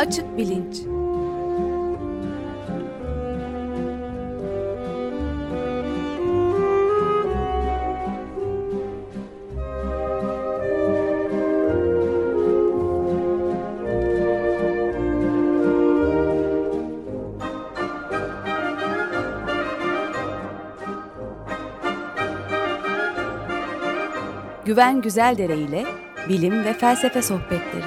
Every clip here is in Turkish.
Açık bilinç. Güven Güzeldere ile bilim ve felsefe sohbetleri.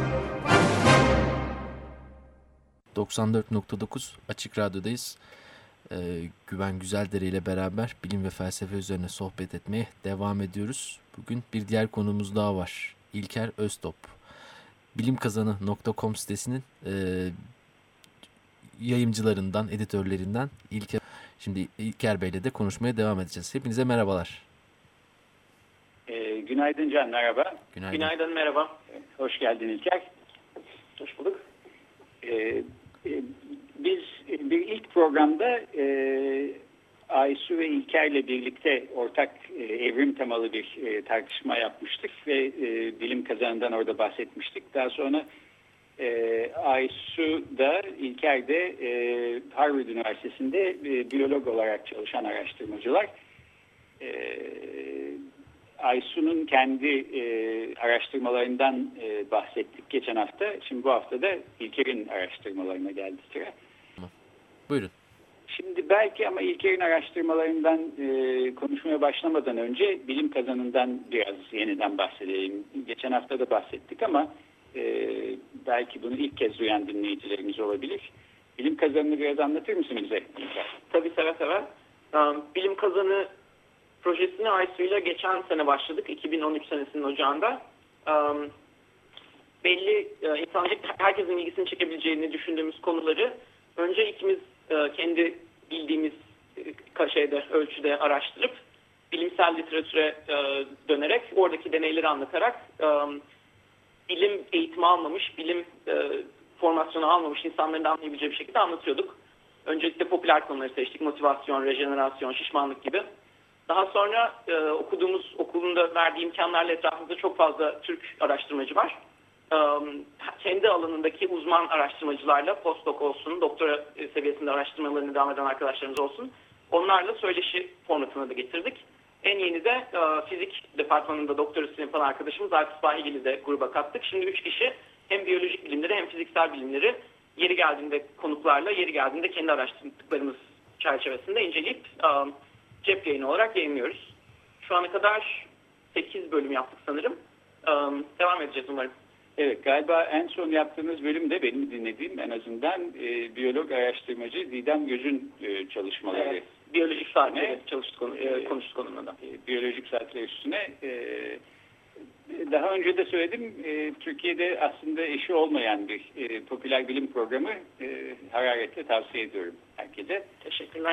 94.9 Açık Radyo'dayız. Güven Güzeldere ile beraber bilim ve felsefe üzerine sohbet etmeye devam ediyoruz. Bugün bir diğer konumuz daha var. İlker Öztop. Bilimkazanı.com sitesinin yayımcılarından, editörlerinden İlker. Şimdi İlker Bey'le de konuşmaya devam edeceğiz. Hepinize merhabalar. Günaydın Can, merhaba. Günaydın, merhaba. Hoş geldin İlker. Hoş bulduk. Biz bir ilk programda Aysu ve İlker'le birlikte ortak evrim temalı bir tartışma yapmıştık ve bilim kazanından orada bahsetmiştik. Daha sonra Aysu da İlker de Harvard Üniversitesi'nde biyolog olarak çalışan araştırmacılar. Aysu'nun kendi araştırmalarından bahsettik geçen hafta. Şimdi bu hafta da İlker'in araştırmalarına geldi sıra. Buyurun. Şimdi belki ama İlker'in araştırmalarından konuşmaya başlamadan önce bilim kazanından biraz yeniden bahsedelim. Geçen hafta da bahsettik ama belki bunu ilk kez duyan dinleyicilerimiz olabilir. Bilim kazanını biraz anlatır mısın bize İlker? Tabii, seve seve. Bilim kazanı projesini Aysu'yla geçen sene başladık. 2013 senesinin ocağında. Belli herkesin ilgisini çekebileceğini düşündüğümüz konuları önce ikimiz kendi bildiğimiz ölçüde araştırıp bilimsel literatüre dönerek oradaki deneyleri anlatarak bilim eğitimi almamış, bilim formasyonu almamış insanların da anlayabileceği bir şekilde anlatıyorduk. Öncelikle popüler konuları seçtik. Motivasyon, rejenerasyon, şişmanlık gibi. Daha sonra okuduğumuz okulunda verdiği imkanlarla etrafımızda çok fazla Türk araştırmacı var. Kendi alanındaki uzman araştırmacılarla postdoc olsun, doktora seviyesinde araştırmalarını devam eden arkadaşlarımız olsun. Onlarla söyleşi formatına da getirdik. En yeni de fizik departmanında doktorasını yapan arkadaşımız Alp Bahigil'i de gruba kattık. Şimdi 3 kişi hem biyolojik bilimleri hem fiziksel bilimleri yeri geldiğinde konuklarla, yeri geldiğinde kendi araştırdıklarımız çerçevesinde inceleyip cep yayını olarak yayınlıyoruz. Şu ana kadar 8 bölüm yaptık sanırım. Devam edeceğiz umarım. Evet, galiba en son yaptığınız bölümde benim dinlediğim en azından biyolog araştırmacı Didem Göz'ün çalışmaları. Evet, biyolojik saatleri konuştuk onunla da. Biyolojik saatler üstüne. Daha önce de söyledim, Türkiye'de aslında eşi olmayan bir popüler bilim programı hararetle tavsiye ediyorum herkese. Teşekkürler.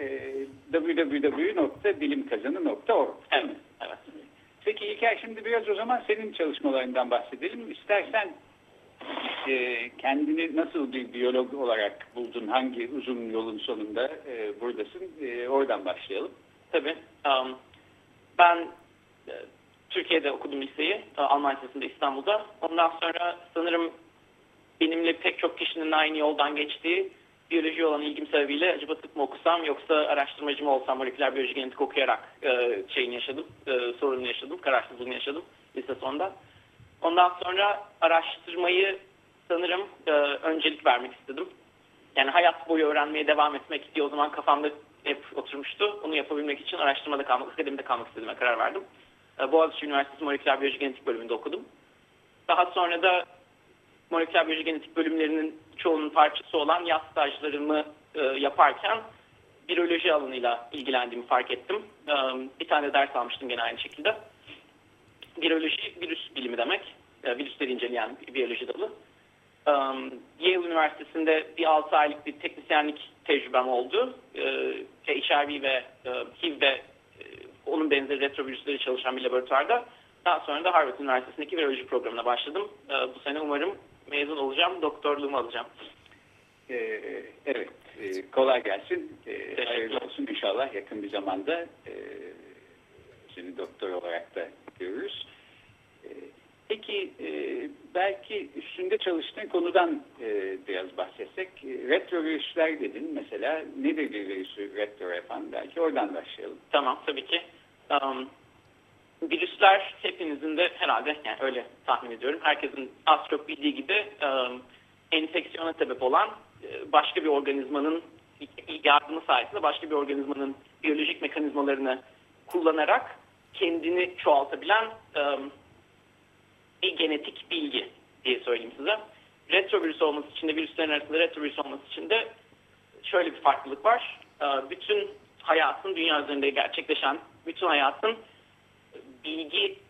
www.bilimkazanı.org. Evet, evet. Peki İlker, şimdi biraz o zaman senin çalışmalarından bahsedelim. İstersen kendini nasıl bir biyolog olarak buldun, hangi uzun yolun sonunda buradasın, oradan başlayalım. Tabii. Ben Türkiye'de okudum liseyi, Alman Lisesi'nde İstanbul'da. Ondan sonra sanırım benimle pek çok kişinin aynı yoldan geçtiği biyoloji olan ilgim sebebiyle acaba tıp mı okusam yoksa araştırmacı mı olsam, moleküler biyoloji genetik okuyarak sorunu yaşadım, kararsızlığını yaşadım lise sonunda. Ondan sonra araştırmayı sanırım öncelik vermek istedim. Yani hayat boyu öğrenmeye devam etmek diye o zaman kafamda hep oturmuştu. Onu yapabilmek için araştırmada kalmak, akademide kalmak istediğime karar verdim. Boğaziçi Üniversitesi moleküler biyoloji genetik bölümünde okudum. Daha sonra da moleküler biyoloji genetik bölümlerinin çoğunun parçası olan yaz stajlarımı yaparken viroloji alanıyla ilgilendiğimi fark ettim. Bir tane ders almıştım gene aynı şekilde. Viroloji, virüs bilimi demek. Virüsleri inceleyen bir biyoloji dalı. Yale Üniversitesi'nde bir 6 aylık bir teknisyenlik tecrübem oldu. HIV ve HIV ve onun benzeri retrovirüsleri çalışan bir laboratuvarda. Daha sonra da Harvard Üniversitesi'ndeki viroloji programına başladım. Bu sene umarım mezun olacağım, doktorluğumu alacağım. Evet, kolay gelsin. Hayırlı olsun inşallah yakın bir zamanda seni doktor olarak da görürüz. Peki belki üstünde çalıştığın konudan biraz bahsetsek. Retrovirüsler dedin mesela. Nedir bir virüsü retro yapan? Belki oradan başlayalım. Tamam, tabii ki. Virüsler hepinizin de herhalde, yani öyle tahmin ediyorum, herkesin az çok bildiği gibi enfeksiyona sebep olan başka bir organizmanın yardımı sayesinde başka bir organizmanın biyolojik mekanizmalarını kullanarak kendini çoğaltabilen bir genetik bilgi diye söyleyeyim size. Retrovirüs olması için de, virüslerin arasında retrovirüs olması için de şöyle bir farklılık var. Bütün hayatın, dünya üzerinde gerçekleşen bütün hayatın bilgi,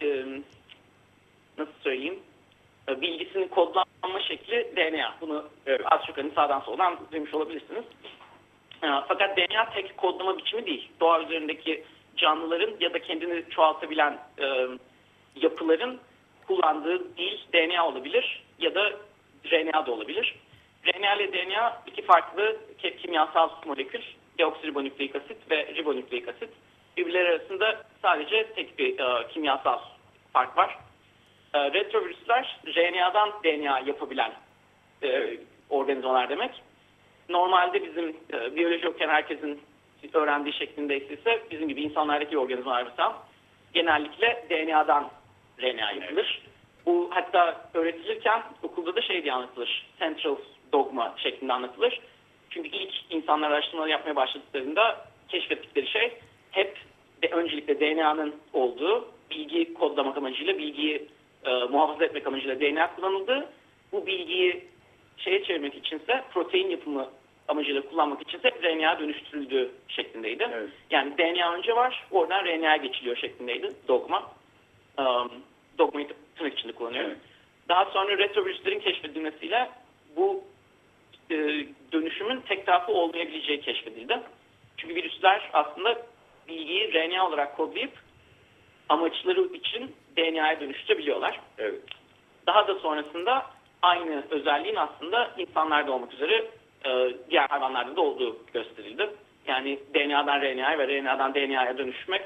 nasıl söyleyeyim, bilgisinin kodlanma şekli DNA. Bunu az çok hani sağdan soldan duymuş olabilirsiniz. Fakat DNA tek kodlama biçimi değil. Doğa üzerindeki canlıların ya da kendini çoğaltabilen yapıların kullandığı dil DNA olabilir ya da RNA da olabilir. RNA ile DNA iki farklı kimyasal molekül, deoksiribonükleik asit ve ribonükleik asit. Birbirleri arasında sadece tek bir kimyasal fark var. Retrovirüsler RNA'dan DNA yapabilen organizmalar demek. Normalde bizim biyoloji okuyan herkesin öğrendiği şeklindeyse ise bizim gibi insanlardaki organizmalar mesela genellikle DNA'dan RNA yapılır. Bu hatta öğretilirken okulda da şey diye anlatılır. Central dogma şeklinde anlatılır. Çünkü ilk insanlar araştırmalar yapmaya başladıklarında keşfettikleri şey hep öncelikle DNA'nın olduğu, bilgi kodlamak amacıyla, bilgiyi muhafaza etmek amacıyla DNA kullanıldı. Bu bilgiyi şeye çevirmek içinse, protein yapımı amacıyla kullanmak içinse RNA dönüştürüldüğü şeklindeydi. Evet. Yani DNA önce var, oradan RNA'ya geçiliyor şeklindeydi dogma. Dogmayı tırnak içinde kullanıyorum. Evet. Daha sonra retrovirüslerin keşfedilmesiyle bu dönüşümün tek taraflı olmayabileceği keşfedildi. Çünkü virüsler aslında bilgiyi RNA olarak kodlayıp amaçları için DNA'ya dönüştürebiliyorlar. Evet. Daha da sonrasında aynı özelliğin aslında insanlarda olmak üzere diğer hayvanlarda da olduğu gösterildi. Yani DNA'dan RNA'ya ve RNA'dan DNA'ya dönüşmek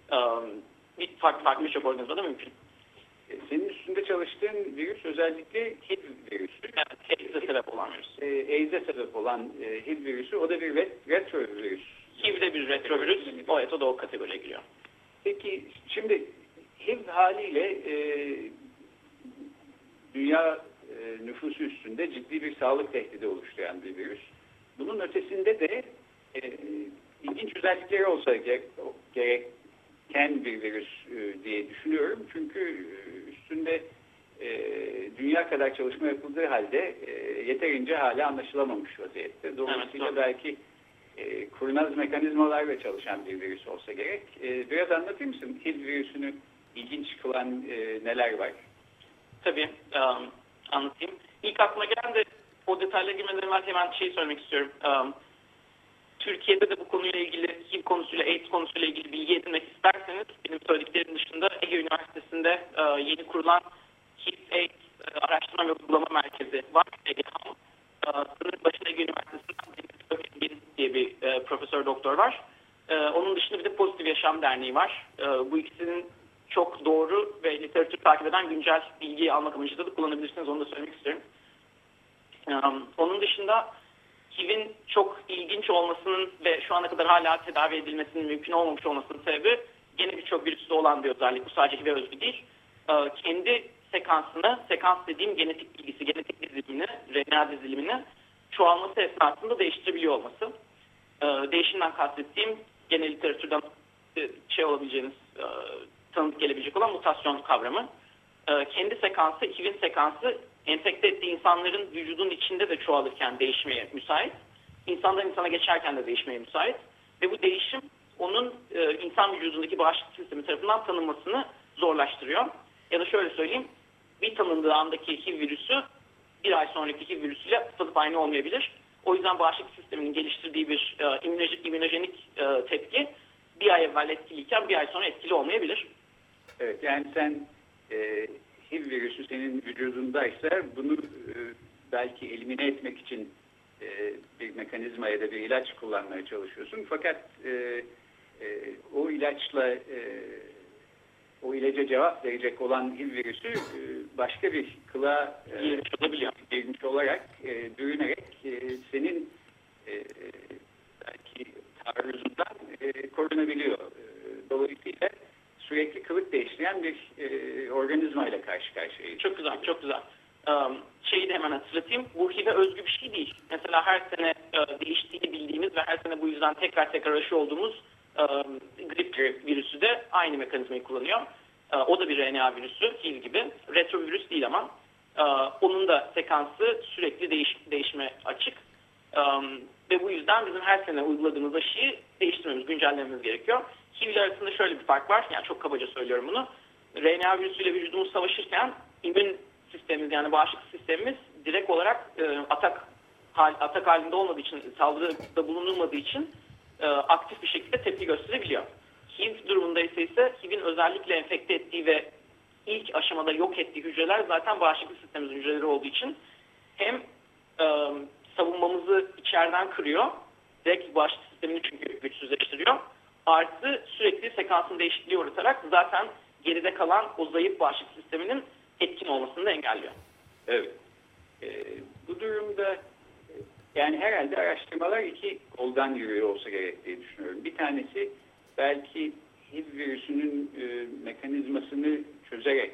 farklı birçok organizmada mümkün. Senin üstünde çalıştığın virüs özellikle HIV virüsü. Evet, AIDS'e sebep olan virüs. AIDS'e sebep olan HIV virüsü, o da bir retrovirüs. HIV de bir retrovirüs, o da o kategoriye giriyor. Peki şimdi HIV haliyle dünya nüfusu üstünde ciddi bir sağlık tehdidi oluşturan bir virüs. Bunun ötesinde de ilginç özellikleri olsa gereken bir virüs diye düşünüyorum. Çünkü üstünde dünya kadar çalışma yapıldığı halde yeterince hala anlaşılamamış vaziyette. Dolayısıyla evet, belki kurnaz mekanizmalarla çalışan bir virüs olsa gerek. Biraz anlatır mısın? HIV virüsünü ilginç kılan neler var? Tabii. Anlatayım. İlk aklıma gelen de o detaylara girmeden evvel hemen şey söylemek istiyorum. Türkiye'de de bu konuyla ilgili, HIV konusuyla, AIDS konusuyla ilgili bilgi edinmek isterseniz benim söylediklerim dışında Ege Üniversitesi'nde yeni kurulan HIV-AIDS Araştırma ve Uygulama Merkezi var. Sınır başında Ege Üniversitesi'nden diye bir profesör doktor var. Onun dışında bir de Pozitif Yaşam Derneği var. Bu ikisinin çok doğru ve literatür takip eden güncel bilgiyi almak amacıyla da kullanabilirsiniz. Onu da söylemek istiyorum. Onun dışında HIV'in çok ilginç olmasının ve şu ana kadar hala tedavi edilmesinin mümkün olmamış olmasının sebebi gene birçok virüste olan bir özellik. Bu sadece HIV'e özgü değil. Kendi sekansını, sekans dediğim genetik bilgisi, genetik dizilimini, RNA dizilimini çoğalması esnasında değiştirebiliyor olması. Değişimden kastettiğim gene literatürden olabileceğiniz tanıdık gelebilecek olan mutasyon kavramı. Kendi sekansı, HIV'in sekansı enfekte ettiği insanların vücudun içinde de çoğalırken değişmeye müsait. İnsandan insana geçerken de değişmeye müsait. Ve bu değişim onun insan vücudundaki bağışıklık sistemi tarafından tanınmasını zorlaştırıyor. Ya da şöyle söyleyeyim, bir tanındığı andaki HIV virüsü bir ay sonraki HIV virüsüyle tıpatıp aynı olmayabilir. O yüzden bağışıklık sisteminin geliştirdiği bir immünojenik tepki bir ay evvel etkiliyken bir ay sonra etkili olmayabilir. Evet, yani sen HIV virüsü senin vücudundaysa bunu belki elimine etmek için bir mekanizma ya da bir ilaç kullanmaya çalışıyorsun. Fakat o ilaçla o ilaca cevap verecek olan HIV virüsü başka bir kılığa girmiş olarak bürünerek senin belki taarruzundan korunabiliyor. Dolayısıyla sürekli kılık değiştiren bir organizmayla karşı karşıyayız. Çok güzel, çok güzel. Şeyi de hemen hatırlatayım. Bu HIV'e özgü bir şey değil. Mesela her sene değiştiğini bildiğimiz ve her sene bu yüzden tekrar aşı olduğumuz grip virüsü de aynı mekanizmayı kullanıyor. O da bir RNA virüsü, HIV gibi. Retrovirüs değil ama. Onun da sekansı sürekli değişime açık. Ve bu yüzden bizim her sene uyguladığımız aşıyı değiştirmemiz, güncellememiz gerekiyor. HIV ile arasında şöyle bir fark var. Yani çok kabaca söylüyorum bunu. RNA virüsüyle vücudumuz savaşırken immün sistemimiz, yani bağışıklık sistemimiz direkt olarak atak halinde olmadığı için, saldırıda bulunulmadığı için aktif bir şekilde tepki gösterebiliyor. HIV durumunda ise HIV'in özellikle enfekte ettiği ve ilk aşamada yok ettiği hücreler zaten bağışıklık sistemimizin hücreleri olduğu için hem savunmamızı içeriden kırıyor, direkt bağışıklık sistemini çünkü güçsüzleştiriyor. Artı sürekli sekansın değişikliği uğratarak zaten geride kalan o zayıf bağışıklık sisteminin etkin olmasını da engelliyor. Evet. Bu durumda yani herhalde araştırmalar iki koldan yürüyor olsa gerek diye düşünüyorum. Bir tanesi belki HIV virüsünün mekanizmasını çözerek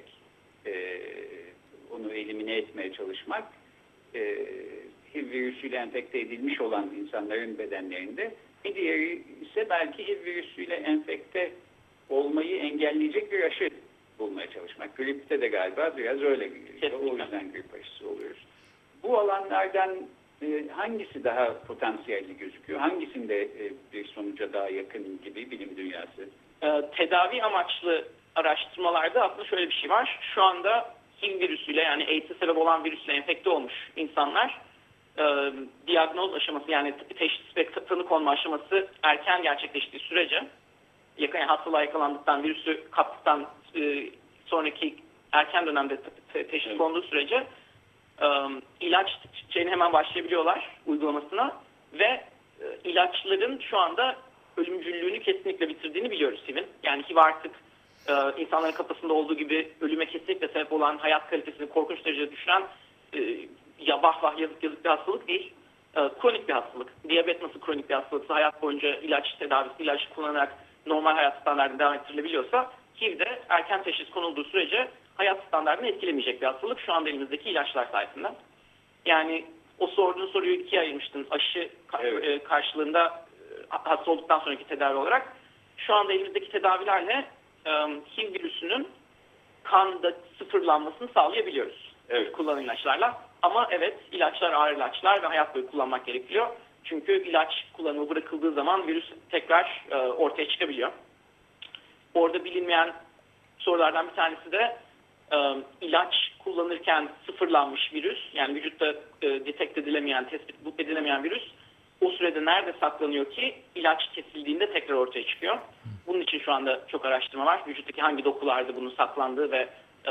onu elimine etmeye çalışmak. HIV virüsüyle enfekte edilmiş olan insanların bedenlerinde. Bir diğeri ise belki HIV virüsüyle enfekte olmayı engelleyecek bir aşı bulmaya çalışmak. Gripte de galiba biraz öyle gidiyor. O yüzden grip aşısı oluyoruz. Bu alanlardan hangisi daha potansiyelli gözüküyor? Hangisinde bir sonuca daha yakın gibi bilim dünyası? Tedavi amaçlı araştırmalarda aslında şöyle bir şey var. Şu anda HIV virüsüyle, yani AIDS'e sebep olan virüsle enfekte olmuş insanlar diagnoz aşaması, yani teşhis ve tanı konma aşaması erken gerçekleştiği sürece, yani hastalığa yakalandıktan, virüsü kaptıktan sonraki erken dönemde teşhis konduğu sürece ilaç şeyine hemen başlayabiliyorlar uygulamasına ve ilaçların şu anda ölümcüllüğünü kesinlikle bitirdiğini biliyoruz HIV'in. Yani HIV artık insanların kafasında olduğu gibi ölüme kesinlikle sebep olan, hayat kalitesini korkunç derecede düşüren vah vah yazık bir hastalık değil. Kronik bir hastalık. Diyabet nasıl kronik bir hastalıksa, hayat boyunca ilaç tedavisi, ilaç kullanarak normal hayat standartına devam ettirilebiliyorsa, HIV de erken teşhis konulduğu sürece hayat standartını etkilemeyecek bir hastalık şu anda elimizdeki ilaçlar sayesinde. Yani o sorduğun soruyu ikiye ayırmıştın. Aşı karşılığında hasta olduktan sonraki tedavi olarak. Şu anda elimizdeki tedavilerle HIV virüsünün kanda sıfırlanmasını sağlayabiliyoruz. Evet. Kullanılan ilaçlarla. Ama evet, ilaçlar ağır ilaçlar ve hayat boyu kullanmak gerekiyor. Çünkü ilaç kullanımı bırakıldığı zaman virüs tekrar ortaya çıkabiliyor. Orada bilinmeyen sorulardan bir tanesi de ilaç kullanırken sıfırlanmış virüs, yani vücutta detekt edilemeyen, tespit edilemeyen virüs o sürede nerede saklanıyor ki ilaç kesildiğinde tekrar ortaya çıkıyor. Bunun için şu anda çok araştırma var. Vücuttaki hangi dokularda bunun saklandığı ve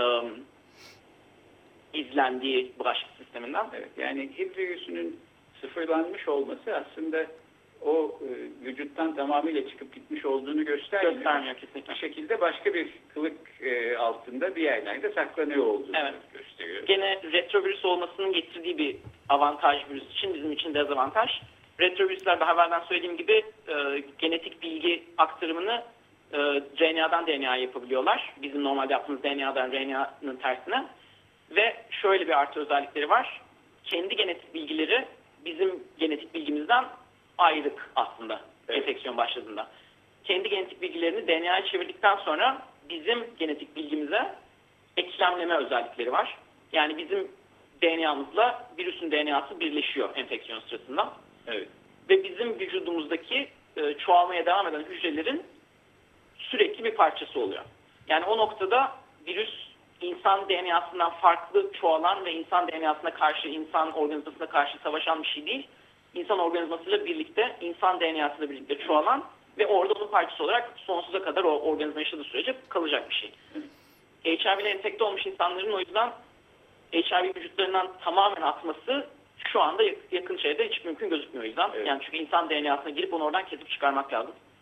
izlendiği bağışıklık sisteminden. Evet, yani HIV virüsünün sıfırlanmış olması aslında o vücuttan tamamıyla çıkıp gitmiş olduğunu göstermiyor kesinlikle. Bir şekilde başka bir kılık altında bir yerlerde saklanıyor olduğunu gösteriyor. Gene retrovirüs olmasının getirdiği bir avantaj virüs için, bizim için dezavantaj. Retrovirüsler daha evvelden söylediğim gibi genetik bilgi aktarımını RNA'dan DNA'ya yapabiliyorlar. Bizim normalde yaptığımız DNA'dan RNA'nın tersine. Ve şöyle bir artı özellikleri var. Kendi genetik bilgileri bizim genetik bilgimizden ayrık aslında enfeksiyon başladığında. Kendi genetik bilgilerini DNA'ya çevirdikten sonra bizim genetik bilgimize eklemleme özellikleri var. Yani bizim DNA'mızla virüsün DNA'sı birleşiyor enfeksiyon sırasında. Evet. Ve bizim vücudumuzdaki çoğalmaya devam eden hücrelerin sürekli bir parçası oluyor. Yani o noktada virüs insan DNA'sından farklı çoğalan ve insan DNA'sına karşı, insan organizmasına karşı savaşan bir şey değil. İnsan organizmasıyla birlikte, insan DNA'sıyla birlikte çoğalan ve orada onun parçası olarak sonsuza kadar o organizma yaşadığı sürece kalacak bir şey. HIV ile enfekte olmuş insanların o yüzden HIV vücutlarından tamamen atması şu anda yakın çevrede hiç mümkün gözükmüyor o yüzden. Evet. Yani çünkü insan DNA'sına girip onu oradan kesip çıkarmak lazım.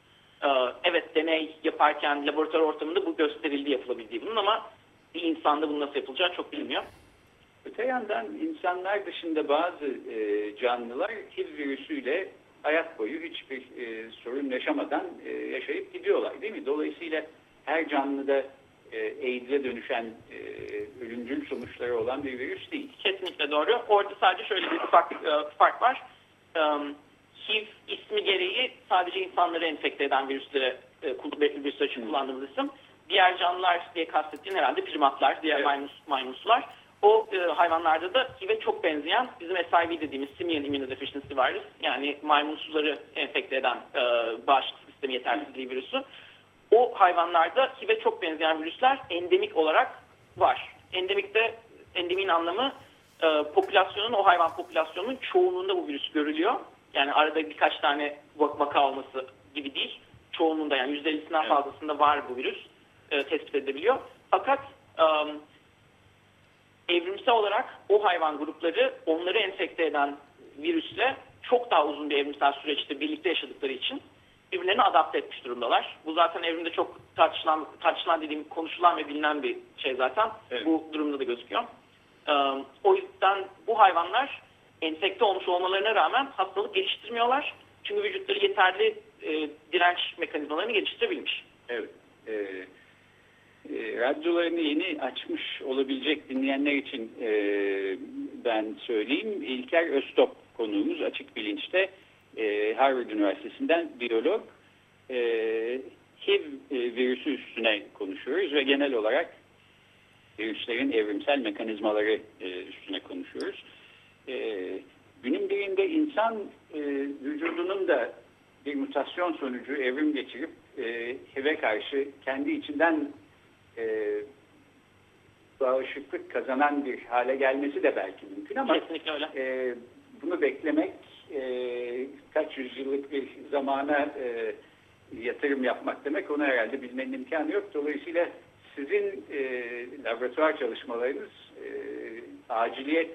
Evet, deney yaparken laboratuvar ortamında bu gösterildi, yapılabildiği bunun, ama bir insanda bunun nasıl yapılacağı çok bilinmiyor. Öte yandan insanlar dışında bazı canlılar HIV virüsüyle hayat boyu hiçbir sorun yaşamadan yaşayıp gidiyorlar, değil mi? Dolayısıyla her canlıda AIDS'e dönüşen ölümcül sonuçları olan bir virüs değil. Kesinlikle doğru. Orada sadece şöyle bir ufak fark var. HIV ismi gereği sadece insanları enfekte eden virüsler için kullandığımız isim. Diğer canlılar diye kastettiğin herhalde primatlar, diğer maymunsular. O hayvanlarda da HIV'e çok benzeyen bizim SIV dediğimiz Simian Immunodeficiency Virus, yani maymunsuları enfekte eden bağışıklık sistemi yetersizliği virüsü. O hayvanlarda HIV'e çok benzeyen virüsler endemik olarak var. Endemiğin anlamı o hayvan popülasyonunun çoğunluğunda bu virüs görülüyor. Yani arada birkaç tane vaka olması gibi değil. Çoğunluğunda, yani %50'sinden fazlasında var bu virüs. Tespit edilebiliyor. Fakat evrimsel olarak o hayvan grupları onları enfekte eden virüsle çok daha uzun bir evrimsel süreçte birlikte yaşadıkları için birbirlerine adapte etmiş durumdalar. Bu zaten evrimde çok tartışılan dediğim, konuşulan ve bilinen bir şey zaten. Evet. Bu durumda da gözüküyor. O yüzden bu hayvanlar enfekte olmuş olmalarına rağmen hastalık geliştirmiyorlar. Çünkü vücutları yeterli direnç mekanizmalarını geliştirebilmiş. Evet. Radyolarını yeni açmış olabilecek dinleyenler için ben söyleyeyim. İlker Öztop konuğumuz, Açık Bilinç'te Harvard Üniversitesi'nden biyolog. HIV virüsü üstüne konuşuyoruz ve genel olarak virüslerin evrimsel mekanizmaları üstüne konuşuyoruz. Günün birinde insan vücudunun da bir mutasyon sonucu evrim geçirip HIV'e karşı kendi içinden bağışıklık kazanan bir hale gelmesi de belki mümkün, ama kesinlikle öyle. Bunu beklemek kaç yüzyıllık bir zamana yatırım yapmak demek, onu herhalde bilmenin imkanı yok. Dolayısıyla sizin laboratuvar çalışmalarınız aciliyet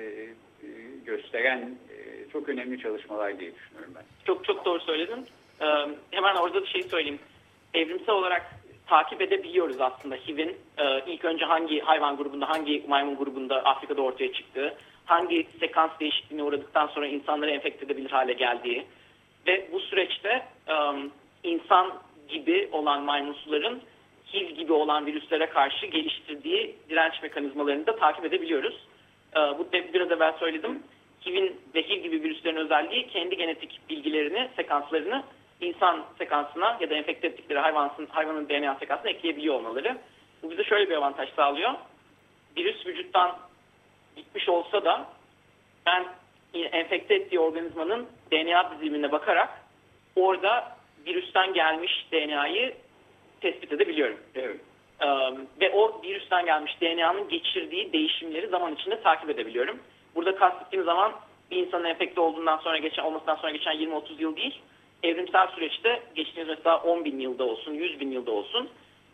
gösteren çok önemli çalışmalar diye düşünüyorum ben. Çok doğru söyledin. Hemen orada da şey söyleyeyim. Evrimsel olarak takip edebiliyoruz aslında HIV'in ilk önce hangi hayvan grubunda, hangi maymun grubunda Afrika'da ortaya çıktığı, hangi sekans değişikliğine uğradıktan sonra insanları enfekte edebilir hale geldiği ve bu süreçte insan gibi olan maymunsuların HIV gibi olan virüslere karşı geliştirdiği direnç mekanizmalarını da takip edebiliyoruz. Bu biraz evvel söyledim. HIV'in ve HIV gibi virüslerin özelliği kendi genetik bilgilerini, sekanslarını insan sekansına ya da enfekte ettikleri hayvanın DNA sekansına ekleyebiliyor olmaları. Bu bize şöyle bir avantaj sağlıyor. Virüs vücuttan gitmiş olsa da ben enfekte ettiği organizmanın DNA dizilimine bakarak orada virüsten gelmiş DNA'yı tespit edebiliyorum. Evet. Ve o virüsten gelmiş DNA'nın geçirdiği değişimleri zaman içinde takip edebiliyorum. Burada kastettiğim zaman bir insanın enfekte olmasından sonra geçen 20-30 yıl değil, evrimsel süreçte geçtiğimiz mesela 10.000 yılda olsun, 100.000 yılda olsun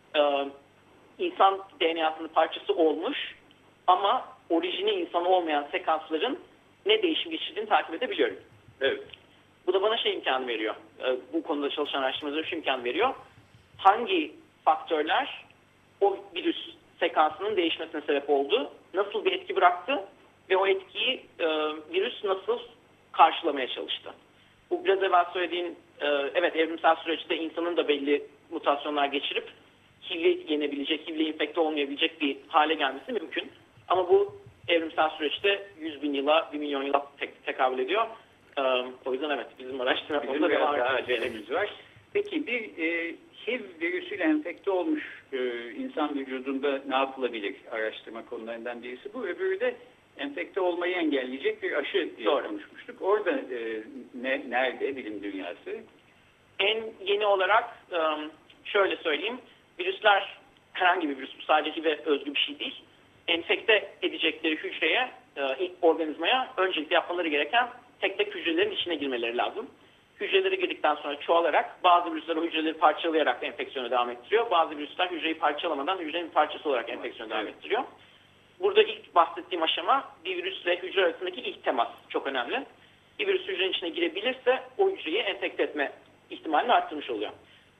insan DNA'sının parçası olmuş ama orijini insan olmayan sekansların ne değişim geçirdiğini takip edebiliyorum. Evet. Bu da bana imkan veriyor. Bu konuda çalışan araştırmacılara imkan veriyor. Hangi faktörler o virüs sekansının değişmesine sebep oldu? Nasıl bir etki bıraktı? Ve o etkiyi virüs nasıl karşılamaya çalıştı? Bu biraz evvel söylediğin, evet, evrimsel süreçte insanın da belli mutasyonlar geçirip HIV'i yenebilecek, HIV'le infekte olmayabilecek bir hale gelmesi mümkün. Ama bu evrimsel süreçte 100.000 yıla, 1 milyon yıla tekabül ediyor. O yüzden evet, bizim araştırmamızda devam acelemiz var. Peki bir HIV virüsüyle enfekte olmuş insan vücudunda ne yapılabilir? Araştırma konularından birisi bu. Öbürü de enfekte olmayı engelleyecek bir aşı diye konuşmuştuk. Orada nerede bilim dünyası? En yeni olarak şöyle söyleyeyim. Virüsler, herhangi bir virüs, bu sadece HIV'e özgü bir şey değil. Enfekte edecekleri hücreye, organizmaya öncelikle yapmaları gereken tek tek hücrelerin içine girmeleri lazım. Hücrelere girdikten sonra çoğalarak, bazı virüsler o hücreleri parçalayarak enfeksiyona devam ettiriyor. Bazı virüsler hücreyi parçalamadan hücrenin bir parçası olarak enfeksiyona devam ettiriyor. Burada ilk bahsettiğim aşama bir virüsle hücre arasındaki ilk temas çok önemli. Bir virüs hücrenin içine girebilirse o hücreyi enfekte etme ihtimalini arttırmış oluyor.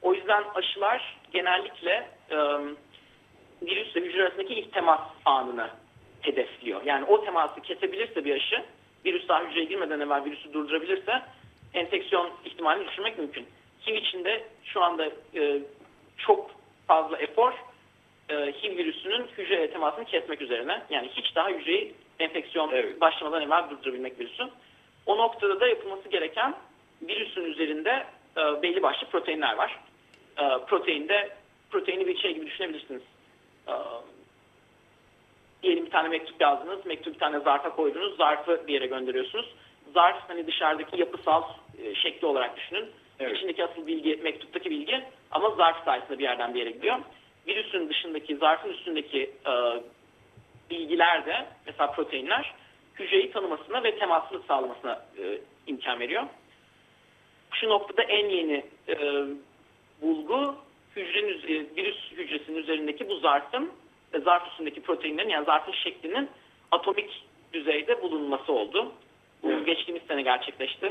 O yüzden aşılar genellikle virüsle hücre arasındaki ilk temas anını hedefliyor. Yani o teması kesebilirse bir aşı, virüs daha hücreye girmeden evvel virüsü durdurabilirse enfeksiyon ihtimalini düşürmek mümkün. HIV için de şu anda çok fazla efor HIV virüsünün hücreye temasını kesmek üzerine. Yani hiç daha hücreyi enfeksiyon başlamadan evvel durdurabilmek virüsü. O noktada da yapılması gereken virüsün üzerinde belli başlı proteinler var. Proteini bir şey gibi düşünebilirsiniz. Diyelim bir tane mektup yazdınız, mektubu bir tane zarfa koydunuz, zarfı bir yere gönderiyorsunuz. Zarf hani dışarıdaki yapısal şekli olarak düşünün. Evet. İçindeki asıl bilgi mektuptaki bilgi ama zarf sayesinde bir yerden bir yere gidiyor. Virüsün dışındaki, zarfın üstündeki bilgiler de mesela proteinler hücreyi tanımasına ve temasını sağlamasına imkan veriyor. Şu noktada en yeni bulgu virüs hücresinin üzerindeki bu zarfın zarf üstündeki proteinlerin yani zarfın şeklinin atomik düzeyde bulunması oldu. Bu geçtiğimiz sene gerçekleşti.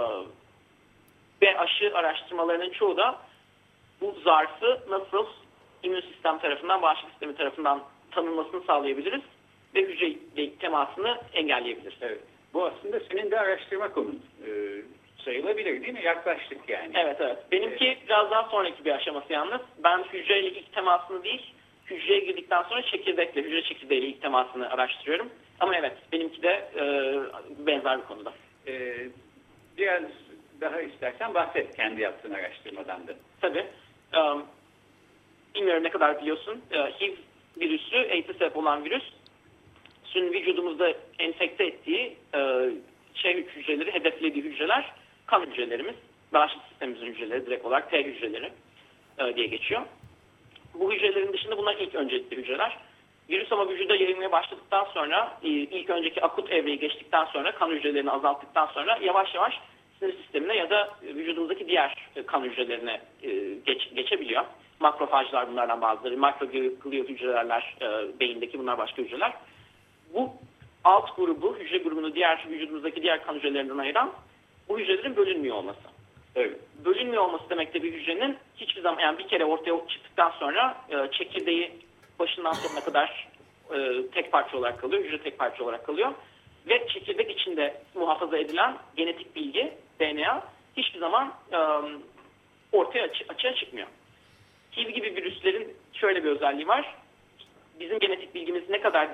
Ve aşı araştırmalarının çoğu da bu zarfı nasıl immün sistem tarafından, bağışıklık sistemi tarafından tanınmasını sağlayabiliriz ve hücre temasını engelleyebiliriz. Evet. Bu aslında senin de araştırma konun sayılabilir değil mi? Yaklaştık yani. Evet. Benimki biraz daha sonraki bir aşaması yalnız. Ben hücreyle ilk temasını değil, hücreye girdikten sonra hücre çekirdeğiyle ilk temasını araştırıyorum. Ama evet, benimki de benzer bir konuda. Biraz daha istersen bahset kendi yaptığın araştırmadan da. Tabii. Bilmiyorum ne kadar biliyorsun. HIV virüsü, AIDS'e sebep olan virüsün vücudumuzda enfekte ettiği hücreleri, hedeflediği hücreler kan hücrelerimiz. Bağışıklık sistemimizin hücreleri direkt olarak T hücreleri diye geçiyor. Bu hücrelerin dışında bunlar ilk öncelikli hücreler. Virüs ama vücuda yayılmaya başladıktan sonra, ilk önceki akut evreyi geçtikten sonra, kan hücrelerini azalttıktan sonra yavaş yavaş sinir sistemine ya da vücudumuzdaki diğer kan hücrelerine geçebiliyor. Makrofajlar bunlardan bazıları, makroglial hücreler, beyindeki bunlar başka hücreler. Bu alt grubu, hücre grubunu vücudumuzdaki diğer kan hücrelerinden ayıran bu hücrelerin bölünmüyor olması. Evet. Bölünmüyor olması demek de bir hücrenin hiçbir zaman, yani bir kere ortaya çıktıktan sonra çekirdeği başından sonuna kadar tek parça olarak kalıyor, hücre tek parça olarak kalıyor. Ve çekirdek içinde muhafaza edilen genetik bilgi, DNA, hiçbir zaman açığa çıkmıyor. HIV gibi virüslerin şöyle bir özelliği var. Bizim genetik bilgimiz ne kadar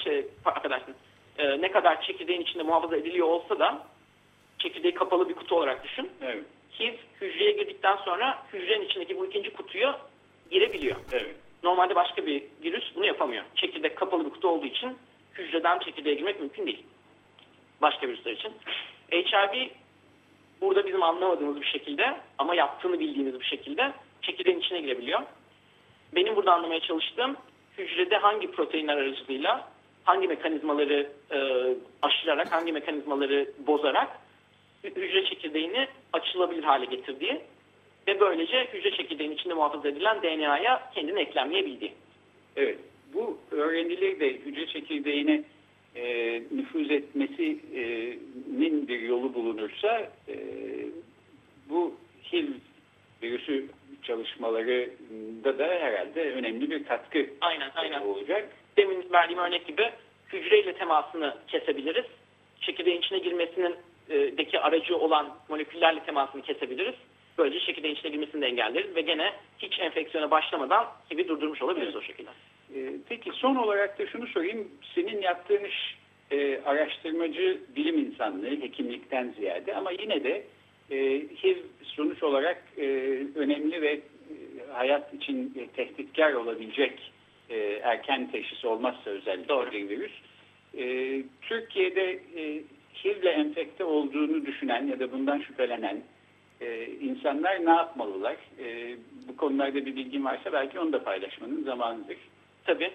ne kadar çekirdeğin içinde muhafaza ediliyor olsa da çekirdeği kapalı bir kutu olarak düşün. Evet. HIV hücreye girdikten sonra hücrenin içindeki bu ikinci kutuya girebiliyor. Evet. Normalde başka bir virüs bunu yapamıyor. Çekirdek kapalı bir kutu olduğu için hücreden çekirdeğe girmek mümkün değil. Başka virüsler için. HIV burada bizim anlamadığımız bir şekilde ama yaptığını bildiğimiz bir şekilde çekirdeğin içine girebiliyor. Benim burada anlamaya çalıştığım hücrede hangi proteinler aracılığıyla, hangi mekanizmaları aşılarak, hangi mekanizmaları bozarak hücre çekirdeğini açılabilir hale getirdiği ve böylece hücre çekirdeğinin içinde muhafaza edilen DNA'ya kendini eklemleyebildiği. Evet. Bu öğrenilir de hücre çekirdeğine nüfuz etmesinin bir yolu bulunursa bu HIV virüsü çalışmalarında da herhalde önemli bir katkı olacak. Demin verdiğim örnek gibi hücreyle temasını kesebiliriz. Çekirdeğin içine girmesinin deki aracı olan moleküllerle temasını kesebiliriz. Böylece çekirdeğin içine girmesini de engelleriz ve gene hiç enfeksiyona başlamadan HIV'i durdurmuş olabiliriz o şekilde. Peki son olarak da şunu sorayım. Senin yaptığın iş araştırmacı bilim insanlığı, hekimlikten ziyade ama yine de HIV sonuç olarak önemli ve hayat için tehditkar olabilecek erken teşhis olmazsa özellikle bir virüs. Türkiye'de HIV'le enfekte olduğunu düşünen ya da bundan şüphelenen insanlar ne yapmalılar? Bu konularda bir bilgin varsa belki onu da paylaşmanın zamanıdır. Tabii.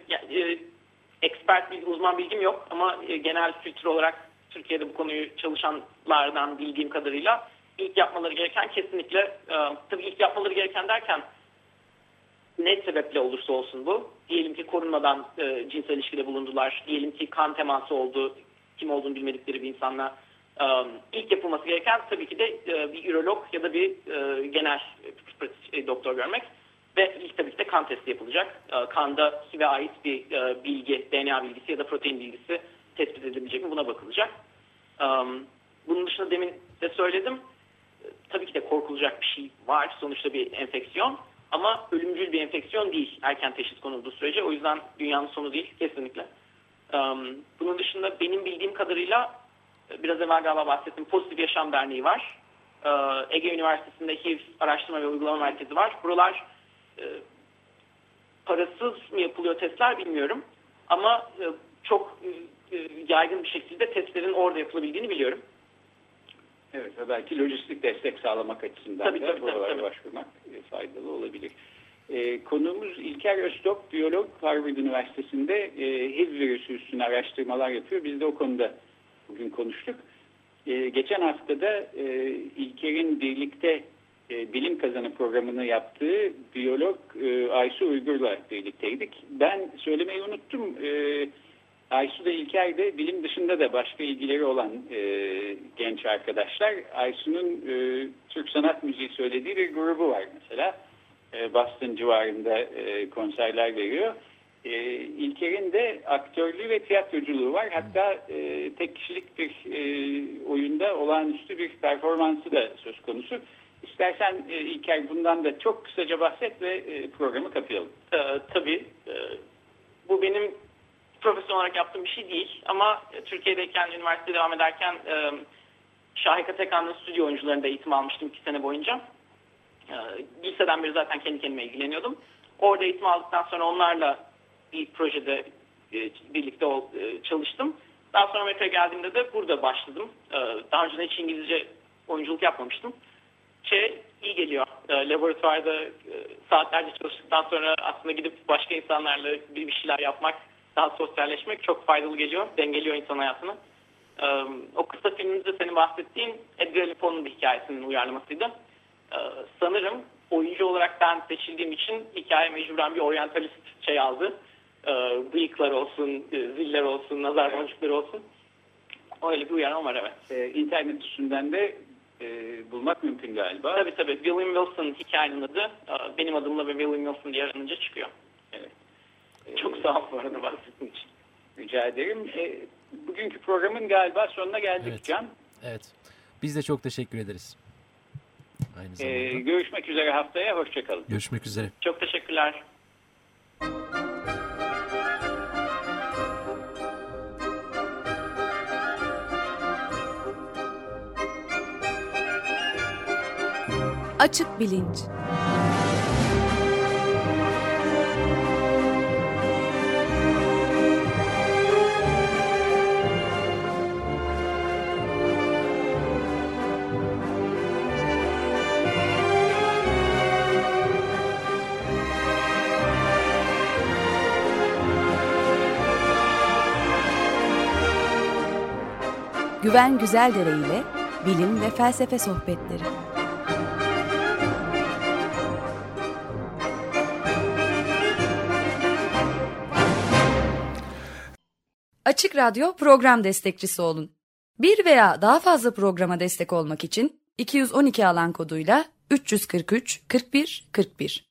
Uzman bilgim yok ama genel filtre olarak Türkiye'de bu konuyu çalışanlardan bildiğim kadarıyla ilk yapmaları gereken kesinlikle, tabii ilk yapmaları gereken derken ne sebeple olursa olsun bu. Diyelim ki korunmadan cinsel ilişkide bulundular. Diyelim ki kan teması oldu. Kim olduğunu bilmedikleri bir insanla. İlk yapılması gereken tabii ki de bir ürolog ya da bir genel doktor görmek. Ve ilk tabii ki de kan testi yapılacak. Kanda HIV'e ait bir bilgi, DNA bilgisi ya da protein bilgisi tespit edilebilecek mi, buna bakılacak. Bunun dışında demin de söyledim. Tabii ki de korkulacak bir şey var. Sonuçta bir enfeksiyon. Ama ölümcül bir enfeksiyon değil erken teşhis konulduğu sürece. O yüzden dünyanın sonu değil kesinlikle. Bunun dışında benim bildiğim kadarıyla biraz evvel galiba bahsettiğim Pozitif Yaşam Derneği var. Ege Üniversitesi'nde HIV Araştırma ve Uygulama Merkezi var. Buralar parasız mı yapılıyor testler bilmiyorum. Ama çok yaygın bir şekilde testlerin orada yapılabildiğini biliyorum. Evet, ve belki lojistik destek sağlamak açısından da buralara başvurmak faydalı olabilir. Konuğumuz İlker Öztok, biyolog, Harvard Üniversitesi'nde HIV virüsü üstüne araştırmalar yapıyor. Biz de o konuda bugün konuştuk. Geçen haftada İlker'in birlikte bilim kazanı programını yaptığı biyolog Aysu Uygur'la birlikteydik. Ben söylemeyi unuttum. Aysu da İlker de bilim dışında da başka ilgileri olan genç arkadaşlar. Aysu'nun Türk sanat müziği söylediği bir grubu var mesela. Boston civarında konserler veriyor. İlker'in de aktörlüğü ve tiyatroculuğu var. Hatta tek kişilik bir oyunda olağanüstü bir performansı da söz konusu. İstersen İlker bundan da çok kısaca bahset ve programı kapayalım. Tabii. Bu benim profesyonel olarak yaptığım bir şey değil. Ama Türkiye'deyken, üniversitede devam ederken Şahika Tekan'ın stüdyo oyuncularında eğitim almıştım 2 sene boyunca. Liseden beri zaten kendi kendime ilgileniyordum. Orada eğitim aldıktan sonra onlarla bir projede birlikte çalıştım. Daha sonra Amerika'ya geldiğimde de burada başladım. Daha önce hiç İngilizce oyunculuk yapmamıştım. İyi geliyor. Laboratuvarda saatlerce çalıştıktan sonra aslında gidip başka insanlarla bir şeyler yapmak, daha sosyalleşmek çok faydalı geliyor. Dengeliyor insan hayatını. O kısa filmimizde senin bahsettiğin Edgar Allan Poe'nun bir hikayesinin uyarlamasıydı. Sanırım oyuncu olarak ben seçildiğim için hikaye mecburen bir oryantalist aldı. Bıyıklar olsun, ziller olsun, nazar boncukları olsun. Öyle bir uyarlama var, evet. İnternet üstünden de bulmak mümkün galiba. Tabii. William Wilson hikayenin adı. Benim adımla ve William Wilson diye aranınca çıkıyor. Evet. Çok sağ ol bu arada bahsettiğin için. Rica ederim. Bugünkü programın galiba sonuna geldik, evet. Can. Evet. Biz de çok teşekkür ederiz. Aynı zamanda. Görüşmek üzere haftaya. Hoşçakalın. Görüşmek üzere. Çok teşekkürler. Açık Bilinç. Güven Güzeldere ile bilim ve felsefe sohbetleri. Açık Radyo program destekçisi olun. Bir veya daha fazla programa destek olmak için 212 alan koduyla 343 41 41